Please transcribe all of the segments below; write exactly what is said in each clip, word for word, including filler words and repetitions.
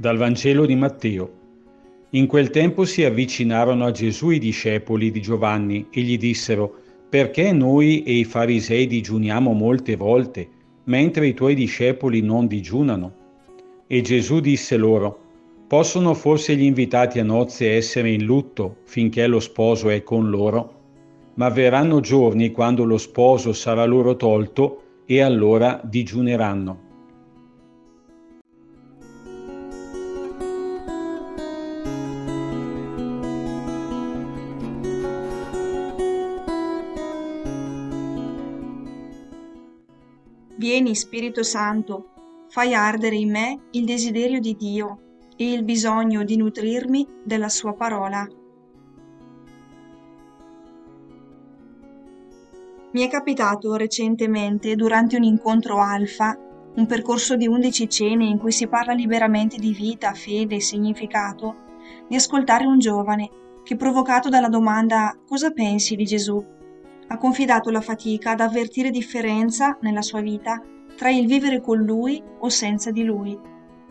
Dal Vangelo di Matteo. In quel tempo si avvicinarono a Gesù i discepoli di Giovanni e gli dissero: «Perché noi e i farisei digiuniamo molte volte, mentre i tuoi discepoli non digiunano?» E Gesù disse loro: «Possono forse gli invitati a nozze essere in lutto finché lo sposo è con loro? Ma verranno giorni quando lo sposo sarà loro tolto e allora digiuneranno». Vieni, Spirito Santo, fai ardere in me il desiderio di Dio e il bisogno di nutrirmi della sua parola. Mi è capitato recentemente, durante un incontro alfa, un percorso di undici cene in cui si parla liberamente di vita, fede e significato, di ascoltare un giovane che, provocato dalla domanda «Cosa pensi di Gesù?», ha confidato la fatica ad avvertire differenza nella sua vita tra il vivere con lui o senza di lui.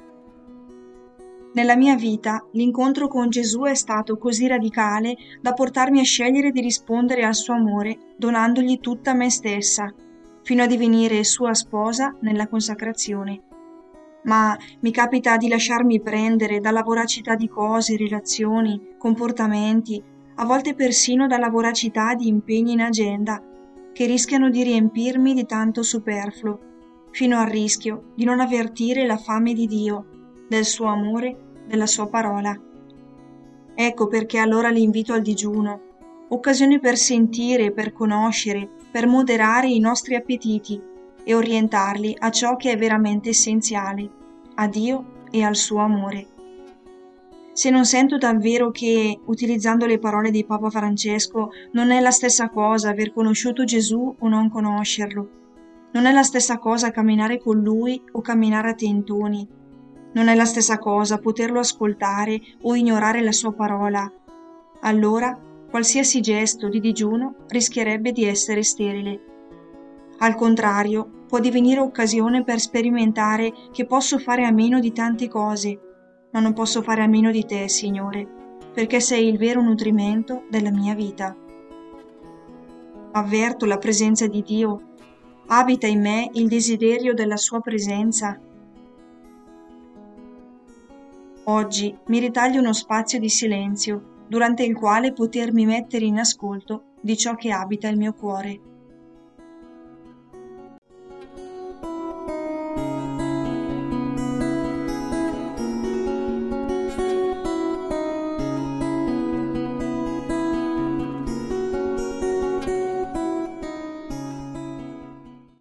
Nella mia vita l'incontro con Gesù è stato così radicale da portarmi a scegliere di rispondere al suo amore donandogli tutta me stessa, fino a divenire sua sposa nella consacrazione. Ma mi capita di lasciarmi prendere dalla voracità di cose, relazioni, comportamenti, a volte persino dalla voracità di impegni in agenda, che rischiano di riempirmi di tanto superfluo, fino al rischio di non avvertire la fame di Dio, del suo amore, della sua parola. Ecco perché allora l'invito al digiuno, occasione per sentire, per conoscere, per moderare i nostri appetiti e orientarli a ciò che è veramente essenziale, a Dio e al suo amore. Se non sento davvero che, utilizzando le parole di Papa Francesco, non è la stessa cosa aver conosciuto Gesù o non conoscerlo, non è la stessa cosa camminare con Lui o camminare a tentoni, non è la stessa cosa poterlo ascoltare o ignorare la sua parola, allora qualsiasi gesto di digiuno rischierebbe di essere sterile. Al contrario, può divenire occasione per sperimentare che posso fare a meno di tante cose, ma non posso fare a meno di te, Signore, perché sei il vero nutrimento della mia vita. Avverto la presenza di Dio, abita in me il desiderio della sua presenza. Oggi mi ritaglio uno spazio di silenzio, durante il quale potermi mettere in ascolto di ciò che abita il mio cuore.